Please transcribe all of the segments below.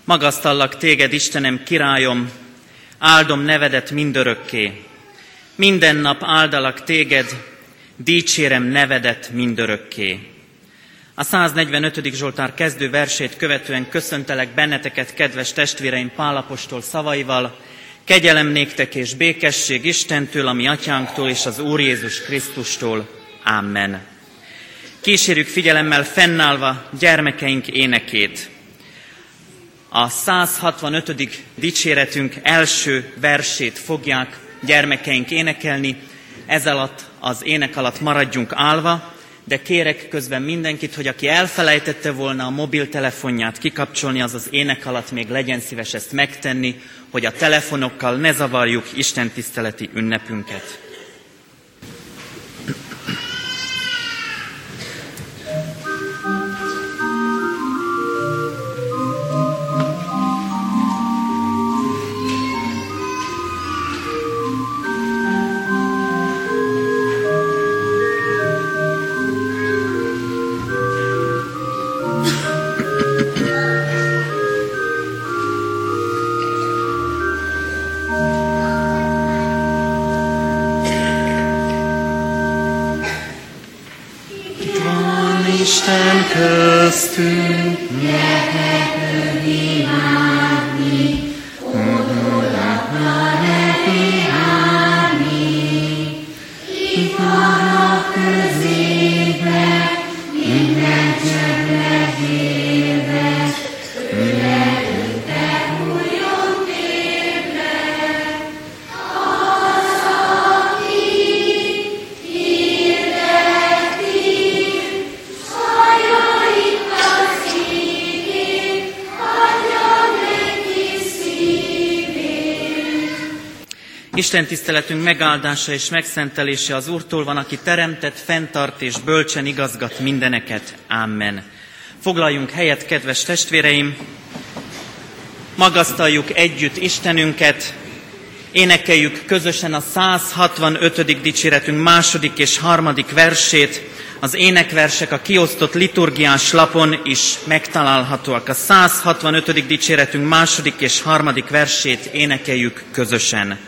Magasztallak téged, Istenem, királyom, áldom nevedet mindörökké. Minden nap áldalak téged, dicsérem nevedet mindörökké. A 145. Zsoltár kezdő versét követően köszöntelek benneteket, kedves testvéreim, Pál apostol szavaival. Kegyelem néktek és békesség Istentől, a mi atyánktól és az Úr Jézus Krisztustól. Amen. Kísérjük figyelemmel fennállva gyermekeink énekét. A 165. dicséretünk első versét fogják gyermekeink énekelni. Ez alatt, az ének alatt maradjunk állva, de kérek közben mindenkit, hogy aki elfelejtette volna a mobiltelefonját kikapcsolni, az az ének alatt még legyen szíves ezt megtenni, hogy a telefonokkal ne zavarjuk istentiszteleti ünnepünket. Isten köztünk lehet imádni, oda neki állni. Itt arra közébe, minden csöndbe élve, üledőbe újjon térbe. Az, aki hirdeti, sajnait az ígét, adja neki szívét. Isten tiszteletünk megáldása és megszentelése az Úrtól van, aki teremtett, fenntart és bölcsen igazgat mindeneket. Amen. Foglaljunk helyet, kedves testvéreim! Magasztaljuk együtt Istenünket, énekeljük közösen a 165. dicséretünk második és harmadik versét. Az énekversek a kiosztott liturgiás lapon is megtalálhatóak. A 165. dicséretünk második és harmadik versét énekeljük közösen.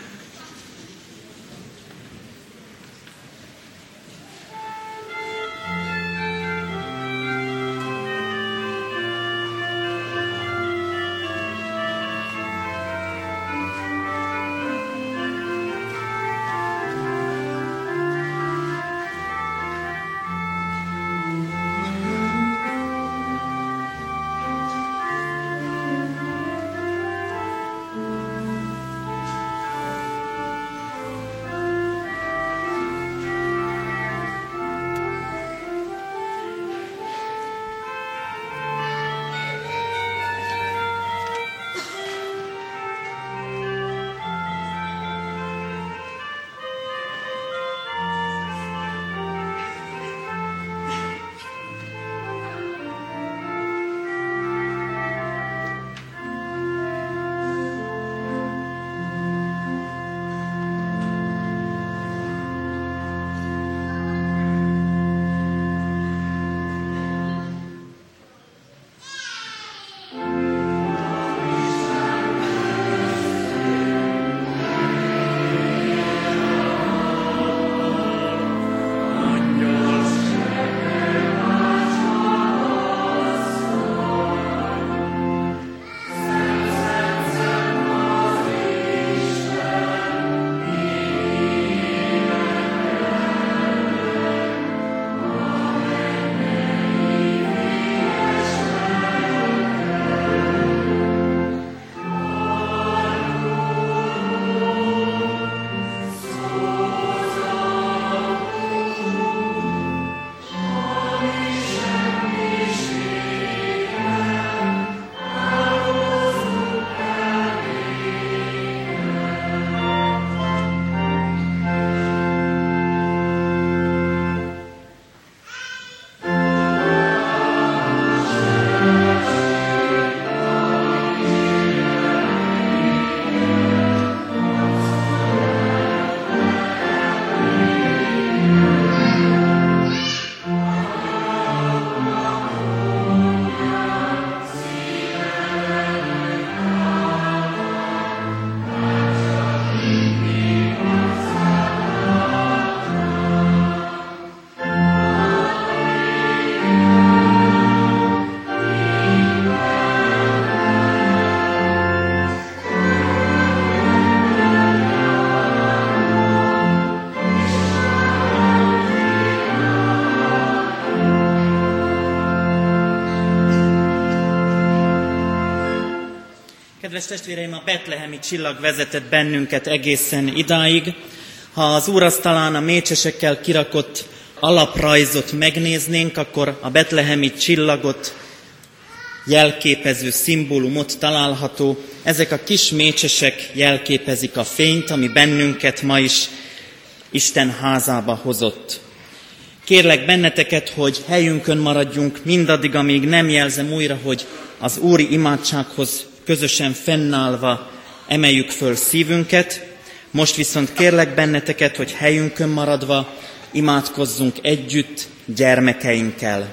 Kedves testvéreim, a betlehemi csillag vezetett bennünket egészen idáig. Ha az úrasztalán a mécsesekkel kirakott alaprajzot megnéznénk, akkor a betlehemi csillagot jelképező szimbólumot található. Ezek a kis mécsesek jelképezik a fényt, ami bennünket ma is Isten házába hozott. Kérlek benneteket, hogy helyünkön maradjunk mindaddig, amíg nem jelzem újra, hogy az úri imádsághoz közösen fennállva emeljük föl szívünket. Most viszont kérlek benneteket, hogy helyünkön maradva imádkozzunk együtt gyermekeinkkel.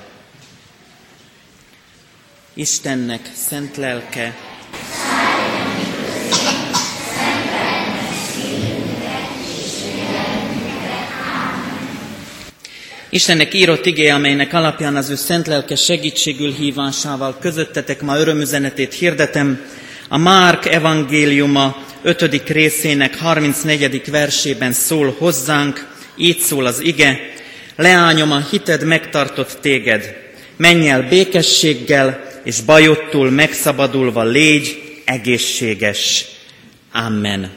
Istennek szent lelke, Istennek írott igéje, amelynek alapján az ő szent lelke segítségül hívásával közöttetek ma örömüzenetét hirdetem, a Márk evangéliuma 5. részének 34. versében szól hozzánk, így szól az ige: leányom, a hited megtartott téged, menj el békességgel, és bajodtól megszabadulva légy egészséges. Amen.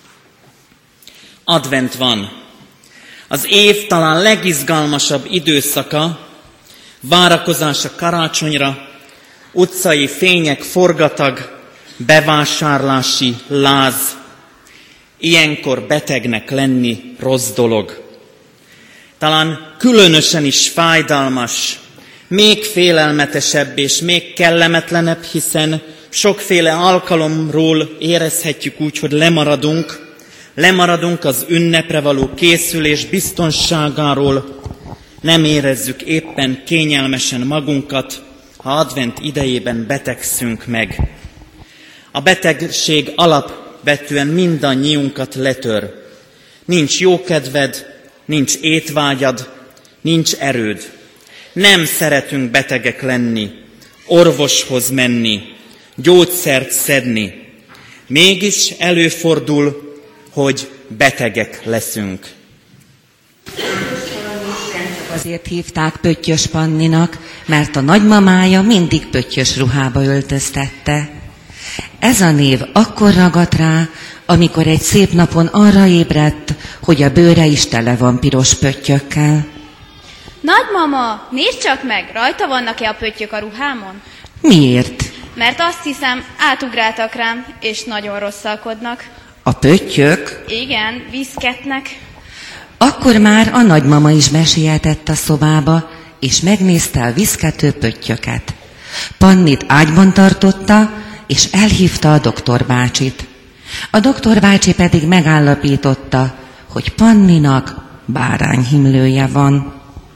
Advent van. Az év talán legizgalmasabb időszaka, várakozás a karácsonyra, utcai fények, forgatag, bevásárlási láz. Ilyenkor betegnek lenni rossz dolog. Talán különösen is fájdalmas, még félelmetesebb és még kellemetlenebb, hiszen sokféle alkalomról érezhetjük úgy, hogy lemaradunk az ünnepre való készülés biztonságáról, nem érezzük éppen kényelmesen magunkat, ha advent idejében betegszünk meg. A betegség alapvetően mindannyiunkat letör. Nincs jókedved, nincs étvágyad, nincs erőd. Nem szeretünk betegek lenni, orvoshoz menni, gyógyszert szedni. Mégis előfordul, hogy betegek leszünk. Azért hívták Pöttyös Panninak, mert a nagymamája mindig pöttyös ruhába öltöztette. Ez a név akkor ragadt rá, amikor egy szép napon arra ébredt, hogy a bőre is tele van piros pöttyökkel. Nagymama, nézd csak meg, rajta vannak-e a pöttyök a ruhámon? Miért? Mert azt hiszem, átugráltak rám, és nagyon rosszalkodnak. A pöttyök? Igen, viszketnek. Akkor már a nagymama is besietett a szobába, és megnézte a viszkető pöttyöket. Pannit ágyban tartotta, és elhívta a doktorbácsit. A doktorbácsi pedig megállapította, hogy Panninak bárányhimlője van.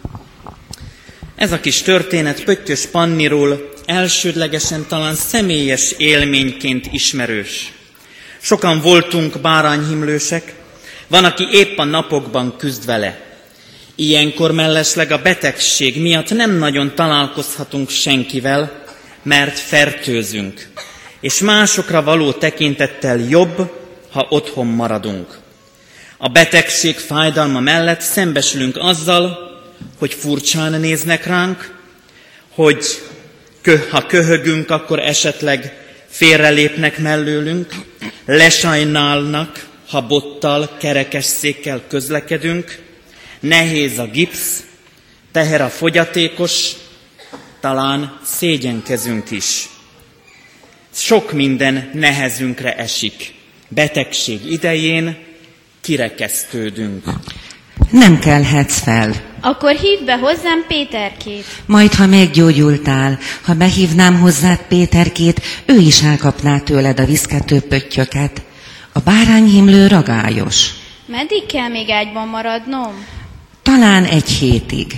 Ez a kis történet Pöttyös Panniról elsődlegesen talán személyes élményként ismerős. Sokan voltunk bárányhimlősek, van, aki épp a napokban küzd vele. Ilyenkor mellesleg a betegség miatt nem nagyon találkozhatunk senkivel, mert fertőzünk, és másokra való tekintettel jobb, ha otthon maradunk. A betegség fájdalma mellett szembesülünk azzal, hogy furcsán néznek ránk, hogy ha köhögünk, akkor esetleg félrelépnek mellőlünk, lesajnálnak, ha bottal, kerekesszékkel közlekedünk, nehéz a gipsz, teher a fogyatékos, talán szégyenkezünk is. Sok minden nehezünkre esik. Betegség idején kirekesztődünk. Nem kelhetsz fel. Akkor hívd be hozzám Péterkét. Majd, ha meggyógyultál, ha behívnám hozzád Péterkét, ő is elkapná tőled a viszkető pöttyöket. A bárányhimlő ragályos. Meddig kell még ágyban maradnom? Talán 1 hétig.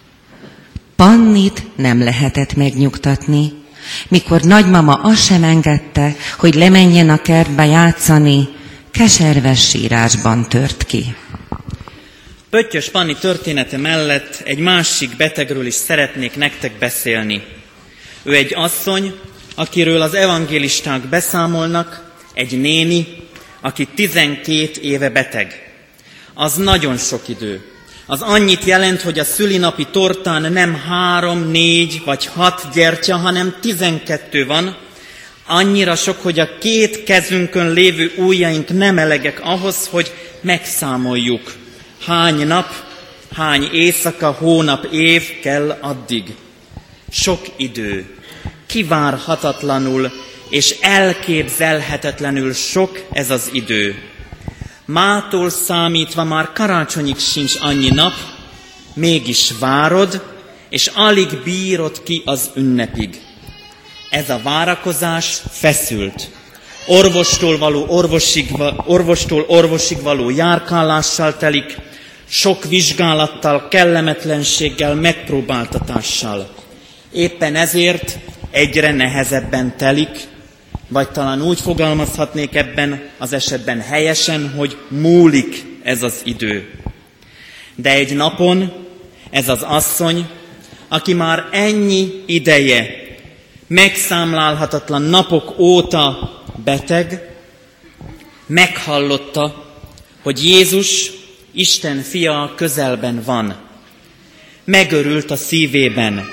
Pannit nem lehetett megnyugtatni. Mikor nagymama azt sem engedte, hogy lemenjen a kertbe játszani, keserves sírásban tört ki. Pöttyös Panni története mellett egy másik betegről is szeretnék nektek beszélni. Ő egy asszony, akiről az evangélisták beszámolnak, egy néni, aki 12 éve beteg. Az nagyon sok idő. Az annyit jelent, hogy a szülinapi tortán nem 3, 4 vagy 6 gyertya, hanem 12 van, Annyira sok, hogy a 2 kezünkön lévő ujjaink nem elegek ahhoz, hogy megszámoljuk, hány nap, hány éjszaka, hónap, év kell addig. Sok idő, kivárhatatlanul és elképzelhetetlenül sok ez az idő. Mától számítva már karácsonyig sincs annyi nap, mégis várod, és alig bírod ki az ünnepig. Ez a várakozás feszült. Orvostól orvosig való járkálással telik, sok vizsgálattal, kellemetlenséggel, megpróbáltatással. Éppen ezért egyre nehezebben telik, vagy talán úgy fogalmazhatnék ebben az esetben helyesen, hogy múlik ez az idő. De egy napon ez az asszony, aki már ennyi ideje, megszámlálhatatlan napok óta beteg, meghallotta, hogy Jézus, Isten fia közelben van. Megörült a szívében,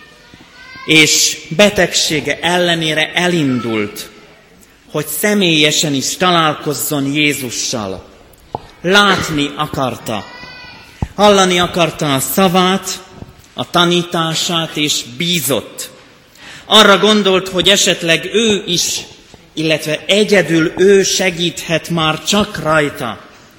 és betegsége ellenére elindult, hogy személyesen is találkozzon Jézussal. Látni akarta, hallani akarta a szavát, a tanítását, és bízott. Arra gondolt, hogy esetleg ő is, illetve egyedül ő segíthet már csak rajta.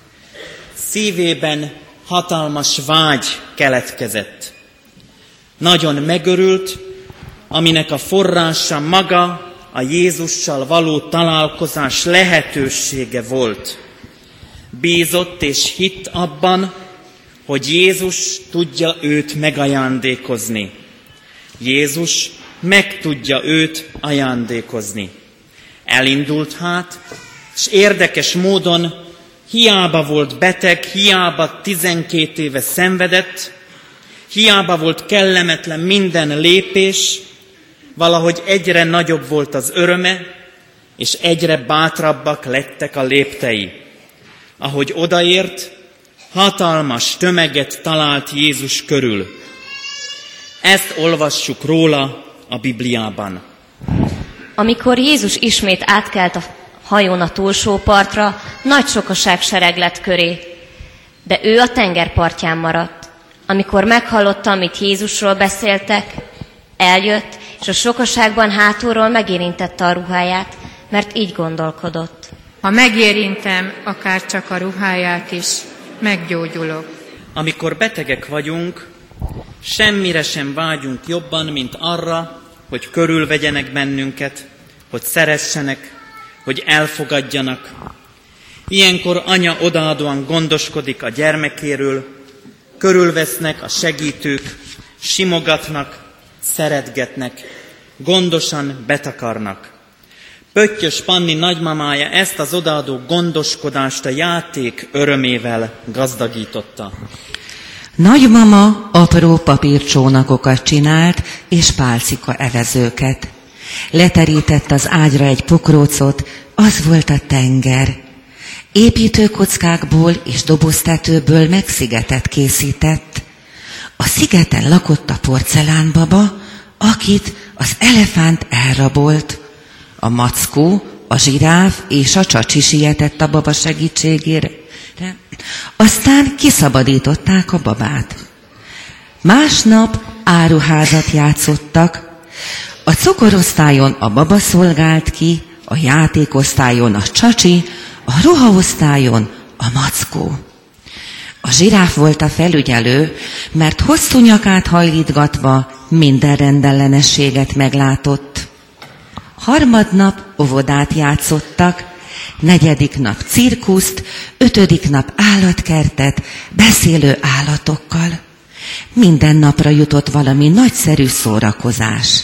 Szívében hatalmas vágy keletkezett. Nagyon megörült, aminek a forrása maga a Jézussal való találkozás lehetősége volt. Bízott és hitt abban, hogy Jézus tudja őt megajándékozni. Jézus meg tudja őt ajándékozni. Elindult hát, és érdekes módon hiába volt beteg, hiába 12 éve szenvedett, hiába volt kellemetlen minden lépés, valahogy egyre nagyobb volt az öröme, és egyre bátrabbak lettek a léptei. Ahogy odaért, hatalmas tömeget talált Jézus körül. Ezt olvassuk róla a Bibliában. Amikor Jézus ismét átkelt a hajón a túlsó partra, nagy sokaság sereg lett köré, de ő a tengerpartján maradt. Amikor meghallotta, amit Jézusról beszéltek, eljött, és a sokaságban hátulról megérintette a ruháját, mert így gondolkodott. Ha megérintem akár csak a ruháját is, meggyógyulok. Amikor betegek vagyunk, semmire sem vágyunk jobban, mint arra, hogy körülvegyenek bennünket, hogy szeressenek, hogy elfogadjanak. Ilyenkor anya odaadóan gondoskodik a gyermekéről, körülvesznek a segítők, simogatnak, szeretgetnek, gondosan betakarnak. Pöttyös Panni nagymamája ezt az odaadó gondoskodást a játék örömével gazdagította. Nagymama apró papírcsónakokat csinált, és pálcika evezőket. Leterített az ágyra egy pokrócot, az volt a tenger. Építőkockákból és doboztetőből megszigetet készített. A szigeten lakott a porcelánbaba, akit az elefánt elrabolt. A mackó, a zsiráf és a csacsi sietett a baba segítségére. Aztán kiszabadították a babát. Másnap áruházat játszottak. A cukorosztályon a baba szolgált ki, a játékosztályon a csacsi, a ruhaosztályon a mackó. A zsiráf volt a felügyelő, mert hosszú nyakát hajlítgatva minden rendellenességet meglátott. Harmadnap óvodát játszottak, negyedik nap cirkuszt, ötödik nap állatkertet, beszélő állatokkal. Minden napra jutott valami nagyszerű szórakozás.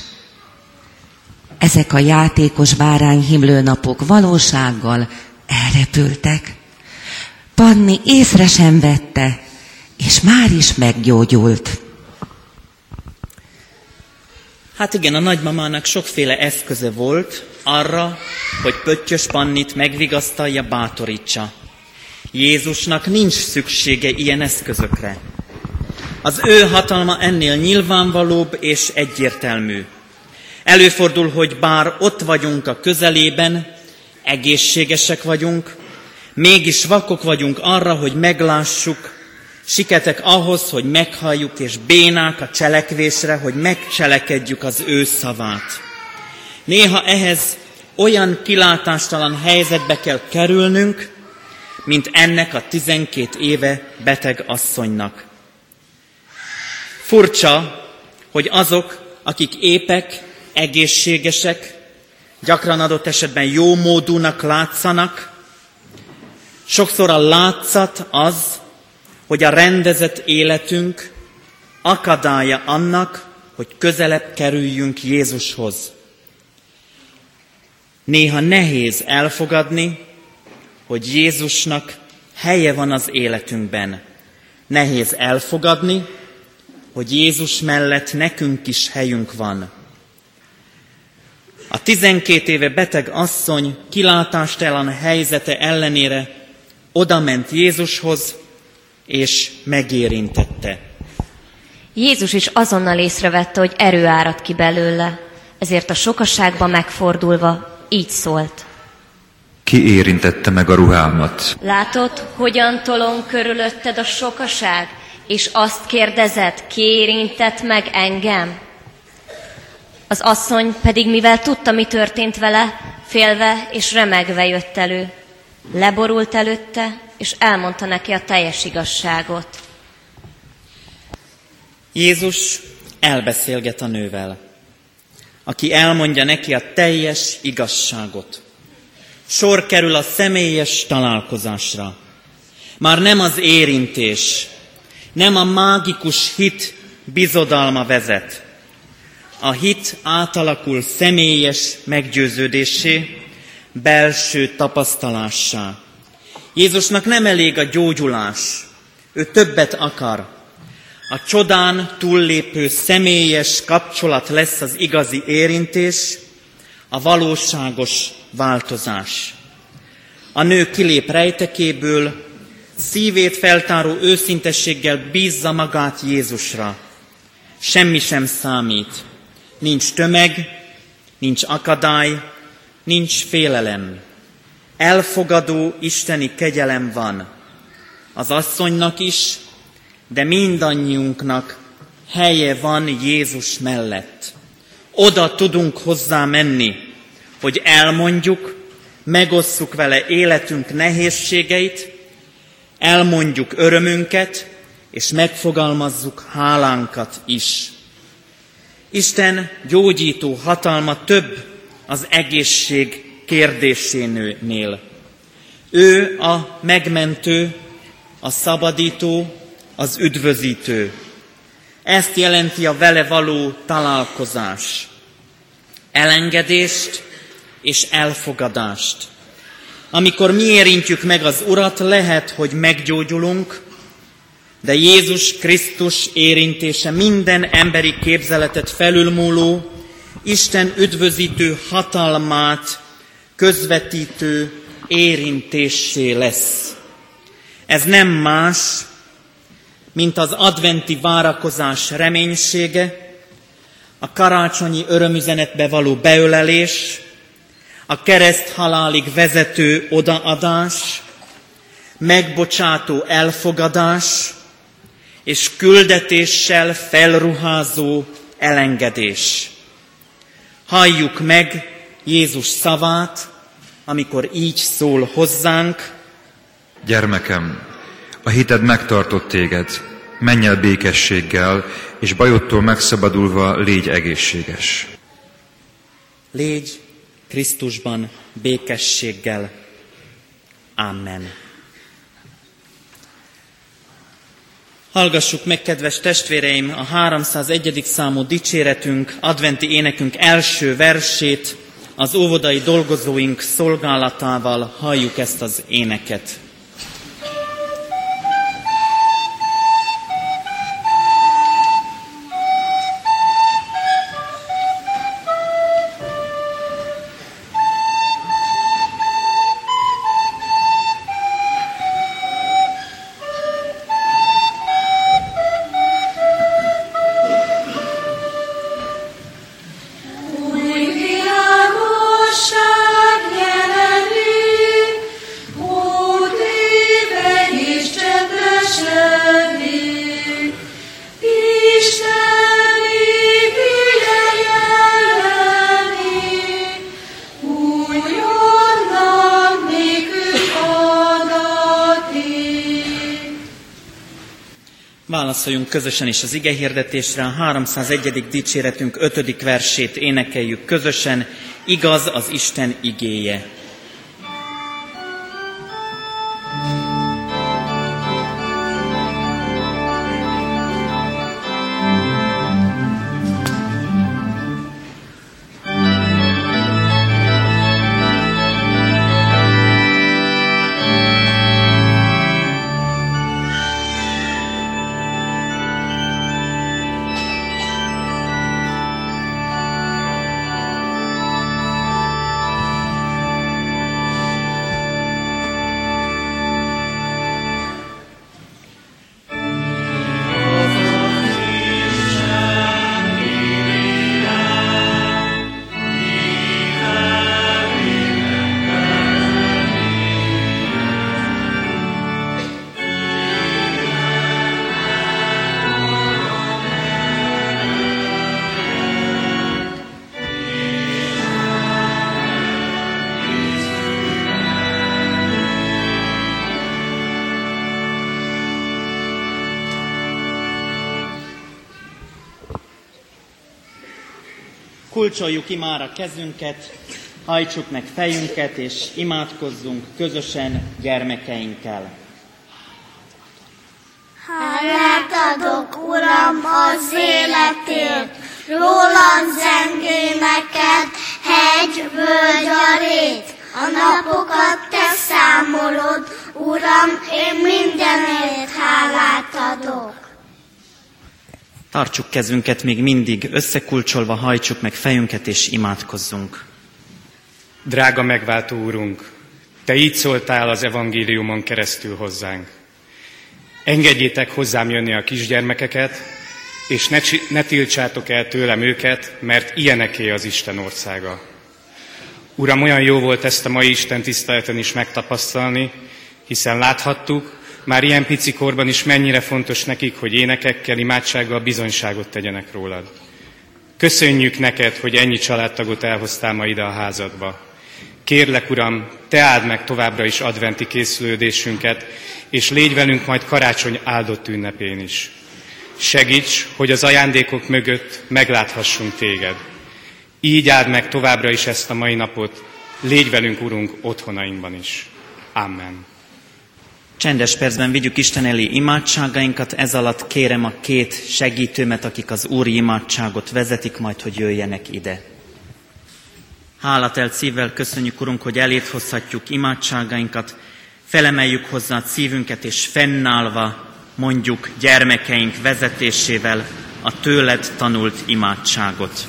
Ezek a játékos bárányhimlő napok valósággal elrepültek. Panni észre sem vette, és már is meggyógyult. Hát igen, a nagymamának sokféle eszköze volt arra, hogy Pöttyös Pannit megvigasztalja, bátorítsa. Jézusnak nincs szüksége ilyen eszközökre. Az ő hatalma ennél nyilvánvalóbb és egyértelmű. Előfordul, hogy bár ott vagyunk a közelében, egészségesek vagyunk, mégis vakok vagyunk arra, hogy meglássuk, siketek ahhoz, hogy meghalljuk, és bénák a cselekvésre, hogy megcselekedjük az ő szavát. Néha ehhez olyan kilátástalan helyzetbe kell kerülnünk, mint ennek a 12 éve beteg asszonynak. Furcsa, hogy azok, akik épek, egészségesek, gyakran adott esetben jómódúnak látszanak, sokszor a látszat az, hogy a rendezett életünk akadálya annak, hogy közelebb kerüljünk Jézushoz. Néha nehéz elfogadni, hogy Jézusnak helye van az életünkben. Nehéz elfogadni, hogy Jézus mellett nekünk is helyünk van. A 12 éve beteg asszony kilátástalan helyzete ellenére odament Jézushoz, és megérintette. Jézus is azonnal észrevette, hogy erő árad ki belőle, ezért a sokaságba megfordulva így szólt. Ki érintette meg a ruhámat? Látod, hogyan tolong körülötted a sokaság, és azt kérdezed, ki érintett meg engem? Az asszony pedig, mivel tudta, mi történt vele, félve és remegve jött elő. Leborult előtte, és elmondta neki a teljes igazságot. Jézus elbeszélget a nővel, aki elmondja neki a teljes igazságot. Sor kerül a személyes találkozásra. Már nem az érintés, nem a mágikus hit bizodalma vezet. A hit átalakul személyes meggyőződéssé, belső tapasztalássá. Jézusnak nem elég a gyógyulás, ő többet akar. A csodán túllépő személyes kapcsolat lesz az igazi érintés, a valóságos változás. A nő kilép rejtekéből, szívét feltáró őszintességgel bízza magát Jézusra. Semmi sem számít. Nincs tömeg, nincs akadály, nincs félelem. Elfogadó isteni kegyelem van. Az asszonynak is, de mindannyiunknak helye van Jézus mellett. Oda tudunk hozzá menni, hogy elmondjuk, megosszuk vele életünk nehézségeit, elmondjuk örömünket, és megfogalmazzuk hálánkat is. Isten gyógyító hatalma több az egészség kérdésénél. Ő a megmentő, a szabadító, az üdvözítő. Ezt jelenti a vele való találkozás. Elengedést és elfogadást. Amikor mi érintjük meg az Urat, lehet, hogy meggyógyulunk, de Jézus Krisztus érintése minden emberi képzeletet felülmúló, Isten üdvözítő hatalmát közvetítő érintéssé lesz. Ez nem más, mint az adventi várakozás reménysége, a karácsonyi örömüzenetbe való beölelés, a kereszthalálig vezető odaadás, megbocsátó elfogadás és küldetéssel felruházó elengedés. Halljuk meg Jézus szavát, amikor így szól hozzánk. Gyermekem, a hited megtartott téged, menj el békességgel, és bajodtól megszabadulva légy egészséges. Légy Krisztusban békességgel. Amen. Hallgassuk meg, kedves testvéreim, a 301. számú dicséretünk, adventi énekünk első versét, az óvodai dolgozóink szolgálatával halljuk ezt az éneket. Új Válaszoljunk közösen is az igehirdetésre, a 301. dicséretünk 5. versét énekeljük közösen, igaz az Isten igéje. Kulcsoljuk imára kezünket, hajtsuk meg fejünket, és imádkozzunk közösen gyermekeinkkel. Hálát adok, Uram, az életért, rólam zengéneked, hegy, völgy a rét. A napokat te számolod, Uram, én mindenért hálát adok. Tartsuk kezünket még mindig összekulcsolva, hajtsuk meg fejünket és imádkozzunk. Drága megváltó Úrunk, Te így szóltál az evangéliumon keresztül hozzánk. Engedjétek hozzám jönni a kisgyermekeket, és ne tiltsátok el tőlem őket, mert ilyeneké az Isten országa. Uram, olyan jó volt ezt a mai Isten tiszteleten is megtapasztalni, hiszen láthattuk, már ilyen pici korban is mennyire fontos nekik, hogy énekekkel, imádsággal bizonyságot tegyenek rólad. Köszönjük neked, hogy ennyi családtagot elhoztál ma ide a házadba. Kérlek, Uram, Te áld meg továbbra is adventi készülődésünket, és légy velünk majd karácsony áldott ünnepén is. Segíts, hogy az ajándékok mögött megláthassunk Téged. Így áld meg továbbra is ezt a mai napot, légy velünk, Urunk, otthonainkban is. Amen. Csendes percben vigyük Isten elé imádságainkat, ez alatt kérem a két segítőmet, akik az úri imádságot vezetik, majd hogy jöjjenek ide. Hálátelt szívvel köszönjük, Urunk, hogy eléd hozhatjuk imádságainkat, felemeljük hozzá a szívünket, és fennállva mondjuk gyermekeink vezetésével a tőled tanult imádságot.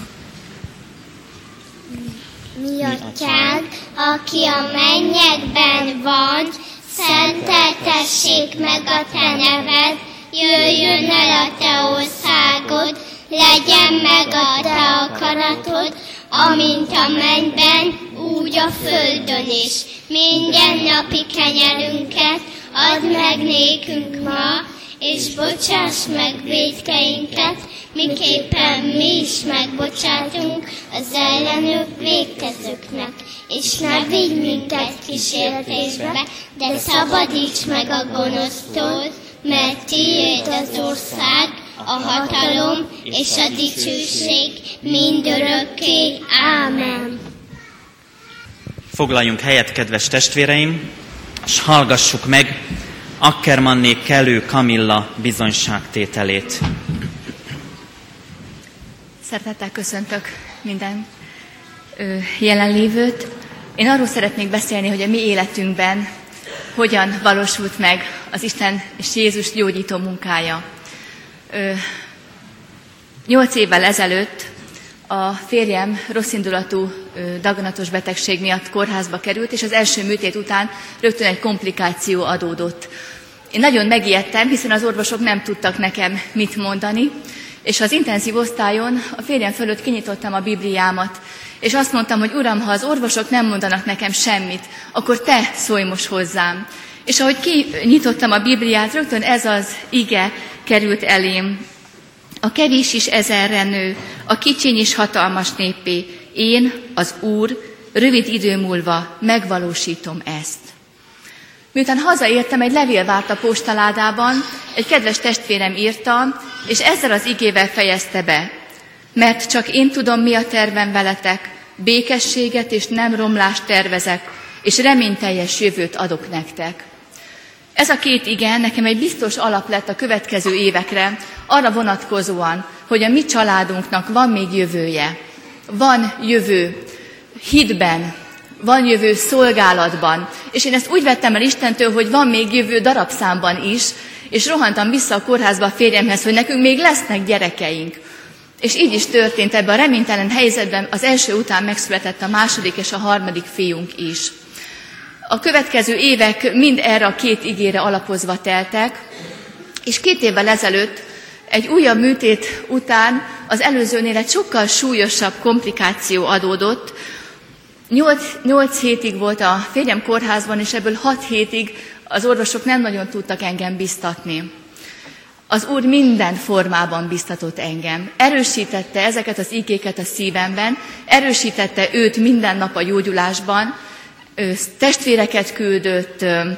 Mi atyánk, aki a mennyekben vagy, szenteltessék meg a te neved, jöjjön el a te országod, legyen meg a te akaratod, amint a mennyben, úgy a földön is. Mindennapi kenyerünket add meg nékünk ma, és bocsáss meg vétkeinket, miképpen mi is megbocsátunk az ellenünk vétkezőknek. És ne vigy minket kísértésbe, de szabadíts meg a gonosztól, mert tiéd az ország, a hatalom és a dicsőség mindörökké. Ámen. Foglaljunk helyet, kedves testvéreim, és hallgassuk meg Ackermanné Kellő Kamilla bizonyságtételét. Szeretettel köszöntök minden jelenlévőt. Én arról szeretnék beszélni, hogy a mi életünkben hogyan valósult meg az Isten és Jézus gyógyító munkája. 8 évvel ezelőtt a férjem rosszindulatú daganatos betegség miatt kórházba került, és az első műtét után rögtön egy komplikáció adódott. Én nagyon megijedtem, hiszen az orvosok nem tudtak nekem mit mondani, és az intenzív osztályon a férjem fölött kinyitottam a Bibliámat, és azt mondtam, hogy Uram, ha az orvosok nem mondanak nekem semmit, akkor Te szólj most hozzám. És ahogy kinyitottam a Bibliát, rögtön ez az ige került elém. A kevés is ezerre nő, a kicsiny is hatalmas néppé. Én, az Úr, rövid idő múlva megvalósítom ezt. Miután hazaértem, egy levél várt a postaládában, egy kedves testvérem írta, és ezzel az igével fejezte be. Mert csak én tudom, mi a tervem veletek, békességet és nem romlást tervezek, és reményteljes jövőt adok nektek. Ez a két ige nekem egy biztos alap lett a következő évekre, arra vonatkozóan, hogy a mi családunknak van még jövője. Van jövő hitben, van jövő szolgálatban, és én ezt úgy vettem el Istentől, hogy van még jövő darabszámban is, és rohantam vissza a kórházba a férjemhez, hogy nekünk még lesznek gyerekeink. És így is történt, ebben a reménytelen helyzetben az első után megszületett a második és a harmadik fiunk is. A következő évek mind erre a két igére alapozva teltek, és 2 évvel ezelőtt egy újabb műtét után az előzőnél egy sokkal súlyosabb komplikáció adódott. 8 hétig volt a férjem kórházban, és ebből 6 hétig az orvosok nem nagyon tudtak engem biztatni. Az Úr minden formában biztatott engem. Erősítette ezeket az igéket a szívemben, erősítette őt minden nap a gyógyulásban, testvéreket küldött,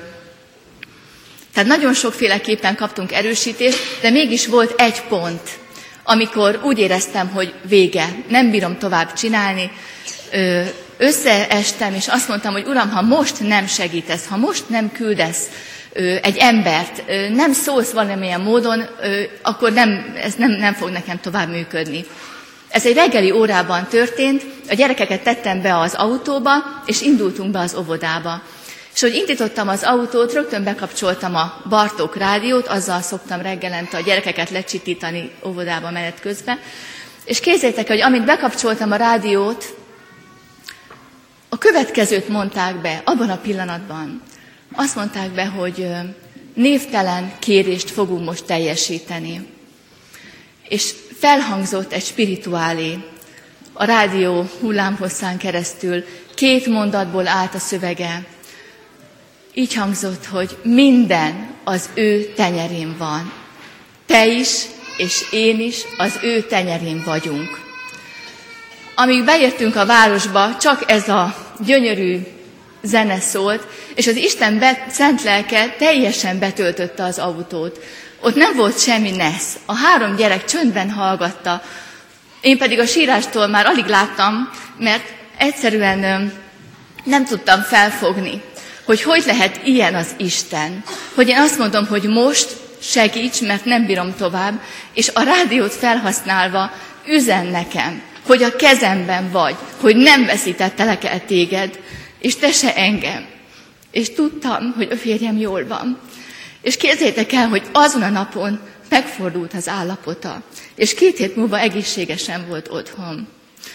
tehát nagyon sokféleképpen kaptunk erősítést, de mégis volt egy pont, amikor úgy éreztem, hogy vége, nem bírom tovább csinálni, összeestem, és azt mondtam, hogy Uram, ha most nem segítesz, ha most nem küldesz egy embert, nem szólsz valamilyen módon, akkor ez nem fog nekem tovább működni. Ez egy reggeli órában történt, a gyerekeket tettem be az autóba, és indultunk be az óvodába. És hogy indítottam az autót, rögtön bekapcsoltam a Bartók rádiót, azzal szoktam reggelente a gyerekeket lecsitítani óvodába menet közben, és képzeljétek, hogy amint bekapcsoltam a rádiót, a következőt mondták be abban a pillanatban. Azt mondták be, hogy névtelen kérést fogunk most teljesíteni. És felhangzott egy spirituálé a rádió hullámhosszán keresztül. 2 mondatból állt a szövege. Így hangzott, hogy minden az ő tenyerén van. Te is, és én is az ő tenyerén vagyunk. Amíg beértünk a városba, csak ez a gyönyörű zene szólt, és az Isten szent lelke teljesen betöltötte az autót. Ott nem volt semmi nesz. A 3 gyerek csöndben hallgatta. Én pedig a sírástól már alig láttam, mert egyszerűen nem tudtam felfogni, hogy lehet ilyen az Isten. Hogy én azt mondom, hogy most segíts, mert nem bírom tovább, és a rádiót felhasználva üzen nekem, hogy a kezemben vagy, hogy nem veszítettelek el téged, és te se engem. És tudtam, hogy a férjem jól van. És képzeljétek el, hogy azon a napon megfordult az állapota, és 2 hét múlva egészségesen volt otthon.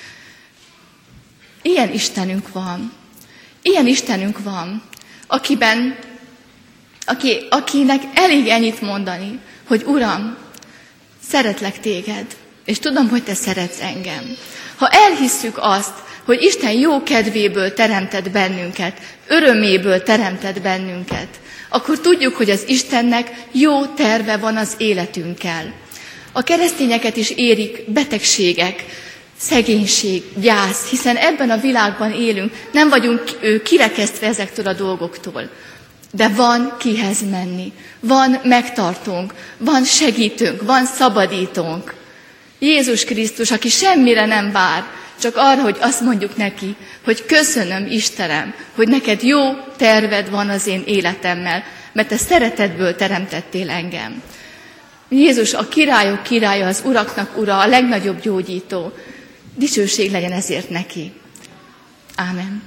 Ilyen Istenünk van. Ilyen Istenünk van, akinek elég ennyit mondani, hogy Uram, szeretlek téged, és tudom, hogy te szeretsz engem. Ha elhisszük azt, hogy Isten jó kedvéből teremtett bennünket, öröméből teremtett bennünket, akkor tudjuk, hogy az Istennek jó terve van az életünkkel. A keresztényeket is érik betegségek, szegénység, gyász, hiszen ebben a világban élünk, nem vagyunk kirekesztve ezektől a dolgoktól. De van kihez menni, van megtartónk, van segítőnk, van szabadítónk. Jézus Krisztus, aki semmire nem vár, csak arra, hogy azt mondjuk neki, hogy köszönöm Istenem, hogy neked jó terved van az én életemmel, mert te szeretetből teremtettél engem. Jézus a királyok királya, az uraknak ura, a legnagyobb gyógyító. Dicsőség legyen ezért neki. Ámen.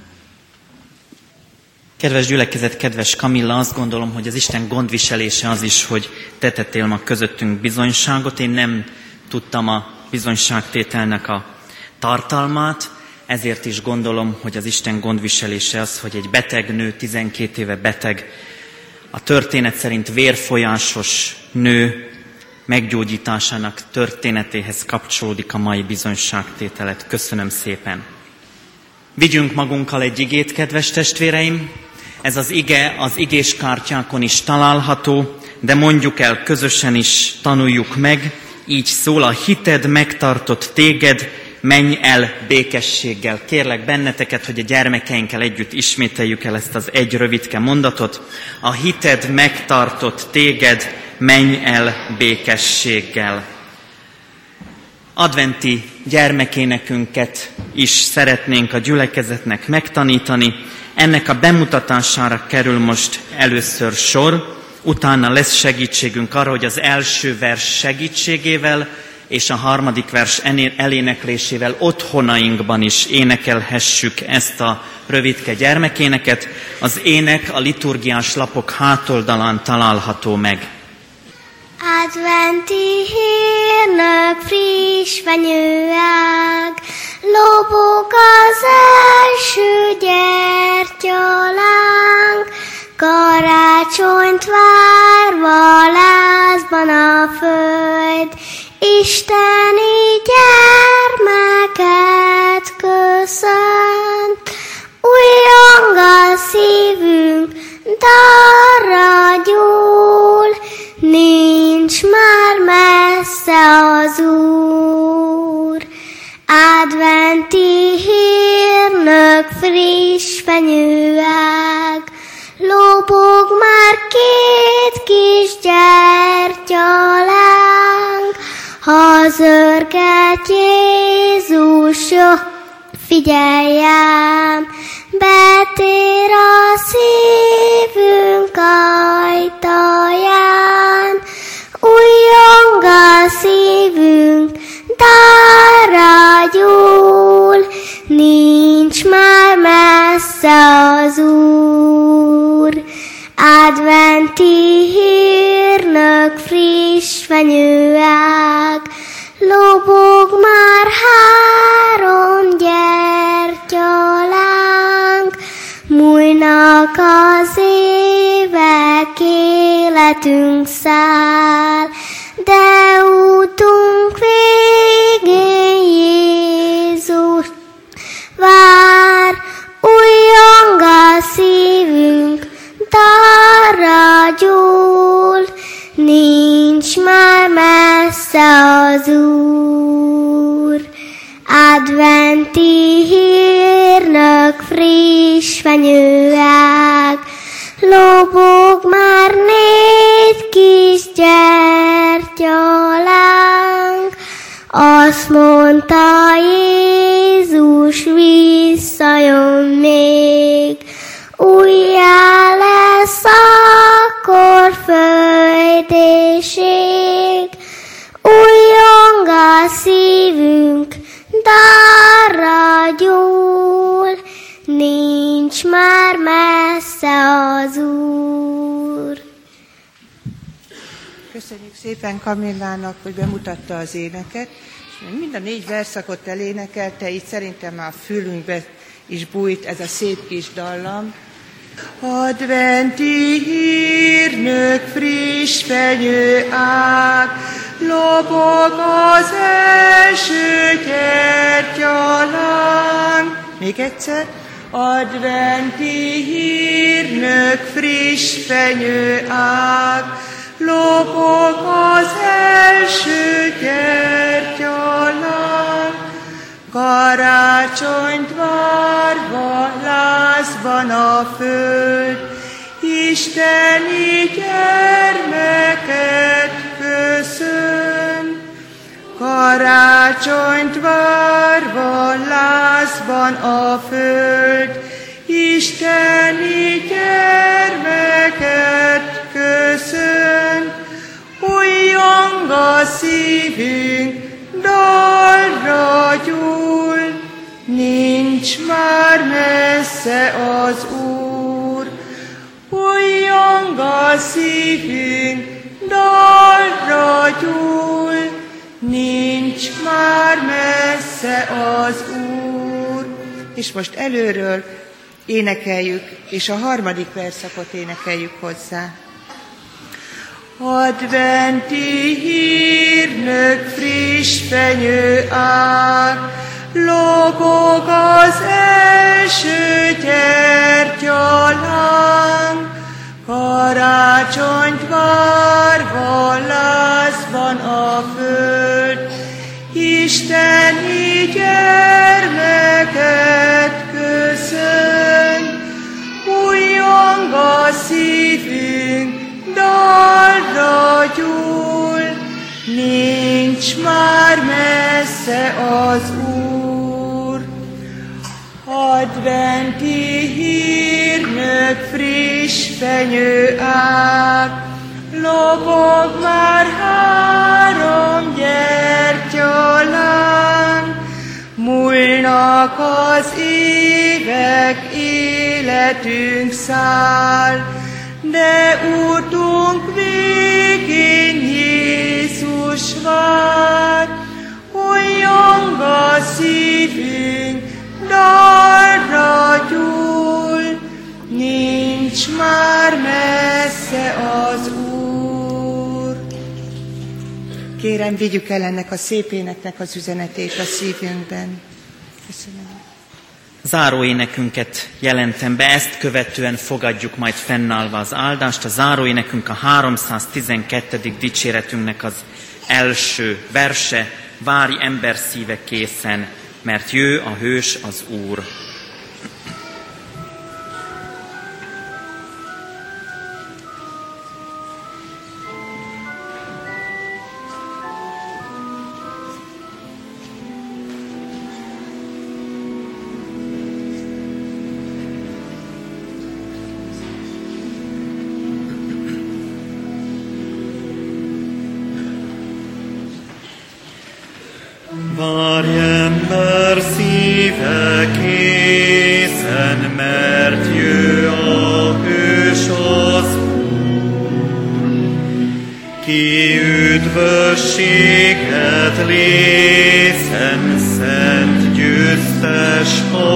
Kedves gyülekezet, kedves Kamilla, azt gondolom, hogy az Isten gondviselése az is, hogy te tettél ma közöttünk bizonyságot. Én nem tudtam a bizonyságtételnek a tartalmát, ezért is gondolom, hogy az Isten gondviselése az, hogy egy beteg nő, 12 éve beteg, a történet szerint vérfolyásos nő meggyógyításának történetéhez kapcsolódik a mai bizonyságtételet. Köszönöm szépen. Vigyünk magunkkal egy igét, kedves testvéreim. Ez az ige az igéskártyákon is található, de mondjuk el közösen is, tanuljuk meg. Így szól: a hited megtartott téged, menj el békességgel. Kérlek benneteket, hogy a gyermekeinkkel együtt ismételjük el ezt az egy rövidke mondatot. A hited megtartott téged, menj el békességgel. Adventi gyermekénekünket is szeretnénk a gyülekezetnek megtanítani. Ennek a bemutatására kerül most először sor, utána lesz segítségünk arra, hogy az első vers segítségével és a harmadik vers eléneklésével otthonainkban is énekelhessük ezt a rövidke gyermekéneket. Az ének a liturgiás lapok hátoldalán található meg. Adventi hírnök, friss fenyőág, lobog az első gyertyaláng, karácsonyt várva lázban a föld, isteni gyermeket köszönt. Újjong a szívünk, darra gyúl, nincs már messze az Úr. Adventi hírnök, friss fenyőág, lobog már két kis gyertyaláng. Ha zörget Jézus, figyelj ám, betér a szívünk ajtaján. Újjong a szívünk, darra gyúl, nincs már messze az Úr. Adventi hírnök, friss fenyőág, lobog már 3 gyertyaláng. Múlnak az évek, életünk száll, de útunk végén Jézus vár. Újjong a szívünk, darra gyúl, nincs már messze az Úr. Adventi hírnök, friss fenyőág, lobog már 4 kis gyertyaláng. Azt mondta Jézus, visszajön még, újjá lesz akkor föld és ég. Újjong a szívünk, darra gyúl, nincs már messze az Úr. Köszönjük szépen Kamillának, hogy bemutatta az éneket, és mind a 4 verszakot elénekelte, így szerintem már a fülünkbe is bújt ez a szép kis dallam. Adventi hírnök, friss fenyőág, lobog az első gyertyaláng. Még egyszer. Adventi hírnök, friss fenyőág, lobog az első gyertyaláng. Karácsonyt várva lázban a föld, isteni gyermeket köszön. Karácsonyt várva lázban a föld, isteni gyermeket köszön. Újjong a szívünk, dalra gyúl, nincs már messze az Úr. Újjong a szívünk, dalra gyúl, nincs már messze az Úr. És most előről énekeljük, és a harmadik verszakot énekeljük hozzá. Adventi hírnök, friss fenyőág, lobog az első gyertyaláng. Karácsonyt várva lázban a föld, isteni gyermeket nincs már messze az Úr. Adventi hírnök friss fenyőág, lobog már 3 gyertyaláng. Múlnak az évek, életünk száll, de útunk végén Jézus vár. Újjong a szívünk, dalra gyúl, nincs már messze az Úr. Kérem, vigyük el ennek a szép éneknek az üzenetét a szívünkben. Köszönöm. Záróénekünket jelentem be, ezt követően fogadjuk majd fennállva az áldást. A záróénekünk a 312. dicséretünknek az első verse: várj ember szíve készen, mert jő a hős, az Úr. Várj ember szíve készen, mert jő a hős, az Úr. Ki üdvösséget lészen, szent győztes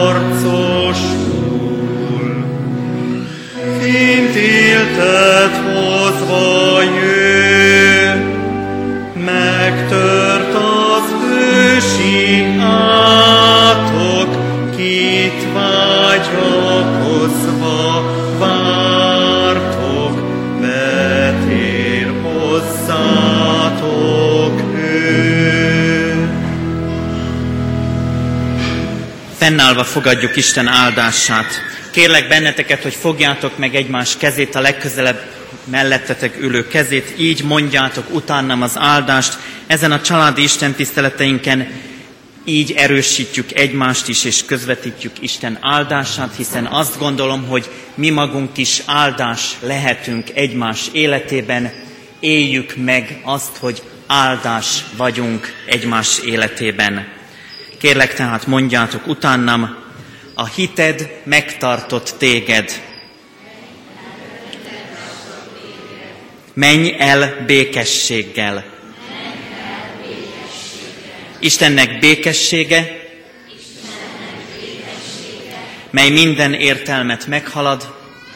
harcosul. Fint éltet hozva jő, megtört az ősi átok, kit vágyakozva vártok, betér hozzátok ő. Fennállva fogadjuk Isten áldását. Kérlek benneteket, hogy fogjátok meg egymás kezét, a legközelebb mellettetek ülő kezét, így mondjátok utánam az áldást. Ezen a családi istentiszteleteinken így erősítjük egymást is, és közvetítjük Isten áldását, hiszen azt gondolom, hogy mi magunk is áldás lehetünk egymás életében. Éljük meg azt, hogy áldás vagyunk egymás életében. Kérlek tehát mondjátok utánam: a hited megtartott téged. Menj el békességgel. Istennek békessége, mely minden értelmet meghalad,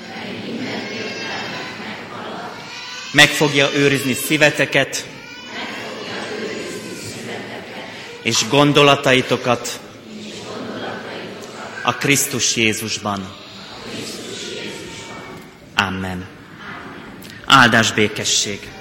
meg fogja őrizni szíveteket, és gondolataitokat a Krisztus Jézusban. Amen. Áldás, békesség!